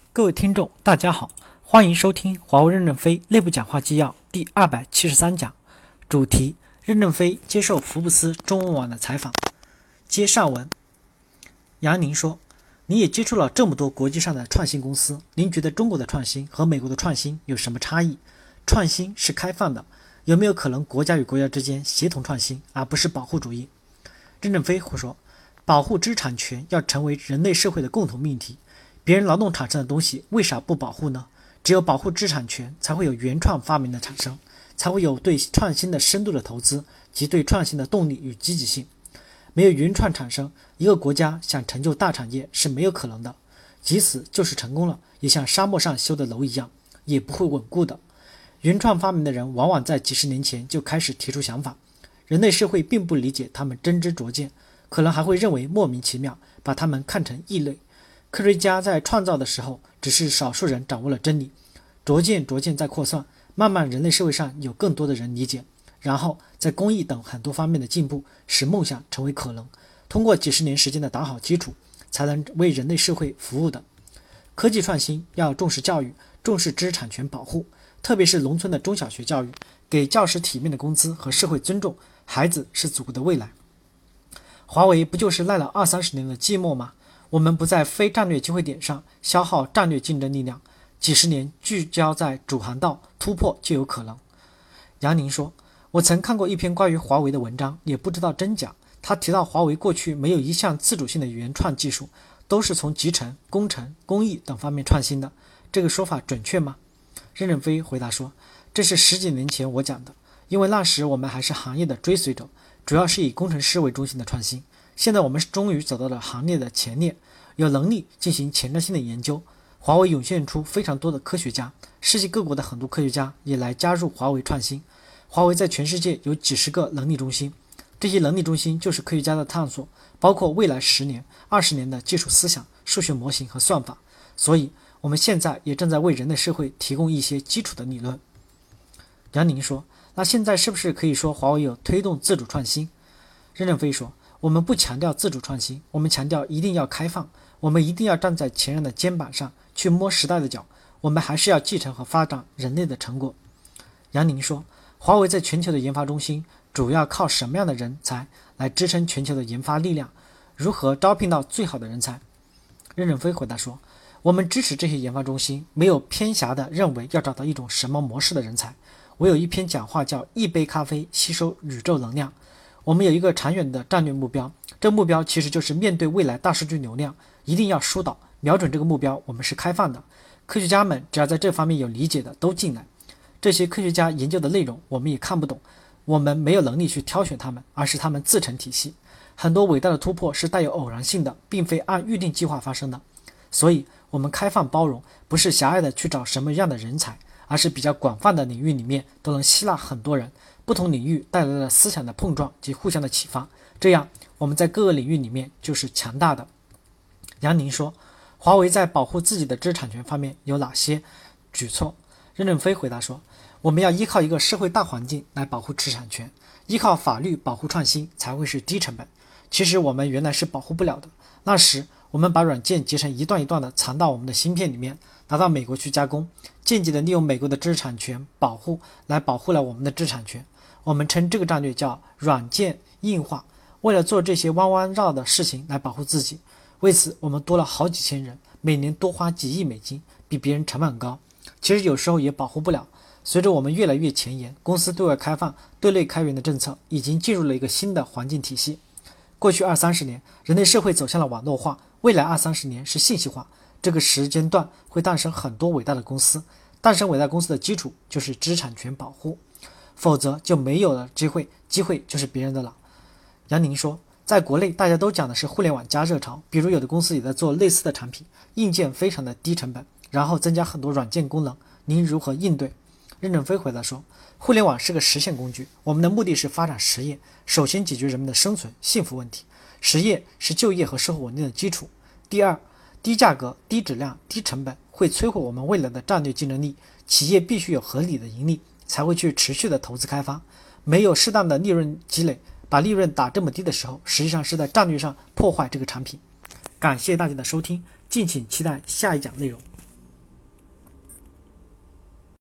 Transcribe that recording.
各位听众，大家好，欢迎收听华为任正非内部讲话纪要第273讲，主题：任正非接受福布斯中文网的采访。接上文，杨宁说：“您也接触了这么多国际上的创新公司，您觉得中国的创新和美国的创新有什么差异？创新是开放的，有没有可能国家与国家之间协同创新，而不是保护主义？”任正非说：“保护知识产权要成为人类社会的共同命题。别人劳动产生的东西为啥不保护呢？只有保护知识产权，才会有原创发明的产生，才会有对创新的深度的投资及对创新的动力与积极性。没有原创产生，一个国家想成就大产业是没有可能的，即使就是成功了，也像沙漠上修的楼一样，也不会稳固的。原创发明的人往往在几十年前就开始提出想法，人类社会并不理解他们真知灼见，可能还会认为莫名其妙，把他们看成异类。科学家在创造的时候，只是少数人掌握了真理，逐渐在扩散，慢慢人类社会上有更多的人理解，然后在工艺等很多方面的进步，使梦想成为可能。通过几十年时间的打好基础，才能为人类社会服务的。科技创新要重视教育，重视知识产权保护，特别是农村的中小学教育，给教师体面的工资和社会尊重，孩子是祖国的未来。华为不就是赖了20-30年的寂寞吗？我们不在非战略机会点上消耗战略竞争力量，几十年聚焦在主航道，突破就有可能。杨宁说：“我曾看过一篇关于华为的文章，也不知道真假。他提到华为过去没有一项自主性的原创技术，都是从集成、工程、工艺等方面创新的。这个说法准确吗？”任正非回答说：“这是10几年前我讲的，因为那时我们还是行业的追随者，主要是以工程师为中心的创新。现在我们终于走到了行业的前列，有能力进行前瞻性的研究。华为涌现出非常多的科学家，世界各国的很多科学家也来加入华为创新。华为在全世界有几十个能力中心，这些能力中心就是科学家的探索，包括未来10年、20年的技术思想、数学模型和算法。所以我们现在也正在为人类社会提供一些基础的理论。”杨宁说：“那现在是不是可以说华为有推动自主创新？”任正非说：“我们不强调自主创新，我们强调一定要开放，我们一定要站在前人的肩膀上去摸时代的脚，我们还是要继承和发展人类的成果。”杨宁说：“华为在全球的研发中心主要靠什么样的人才来支撑全球的研发力量？如何招聘到最好的人才？”任正非回答说：“我们支持这些研发中心，没有偏狭的认为要找到一种什么模式的人才。我有一篇讲话叫一杯咖啡吸收宇宙能量。我们有一个长远的战略目标，这目标其实就是面对未来大数据流量，一定要疏导，瞄准这个目标，我们是开放的。科学家们只要在这方面有理解的都进来。这些科学家研究的内容我们也看不懂，我们没有能力去挑选他们，而是他们自成体系。很多伟大的突破是带有偶然性的，并非按预定计划发生的。所以我们开放包容，不是狭隘的去找什么样的人才，而是比较广泛的领域里面都能吸纳很多人，不同领域带来了思想的碰撞及互相的启发，这样我们在各个领域里面就是强大的。”杨宁说：“华为在保护自己的知识产权方面有哪些举措？”任正非回答说：“我们要依靠一个社会大环境来保护知识产权，依靠法律保护创新才会是低成本。其实我们原来是保护不了的，那时我们把软件截成一段一段的藏到我们的芯片里面，拿到美国去加工，间接的利用美国的知识产权保护来保护了我们的知识产权。我们称这个战略叫软件硬化，为了做这些弯弯绕的事情来保护自己。为此我们多了好几千人，每年多花几亿美金，比别人成本高。其实有时候也保护不了。随着我们越来越前沿，公司对外开放、对内开源的政策已经进入了一个新的环境体系。过去20-30年，人类社会走向了网络化，未来20-30年是信息化。这个时间段会诞生很多伟大的公司，诞生伟大公司的基础就是知识产权保护，否则就没有了机会就是别人的了。杨宁说：“在国内大家都讲的是互联网加热潮，比如有的公司也在做类似的产品，硬件非常的低成本，然后增加很多软件功能，您如何应对？”任正非回答说：“互联网是个实现工具，我们的目的是发展实业，首先解决人们的生存幸福问题，实业是就业和社会稳定的基础。第二，低价格、低质量、低成本会摧毁我们未来的战略竞争力，企业必须有合理的盈利，才会去持续的投资开发。没有适当的利润积累，把利润打这么低的时候，实际上是在战略上破坏这个产品。”感谢大家的收听，敬请期待下一讲内容。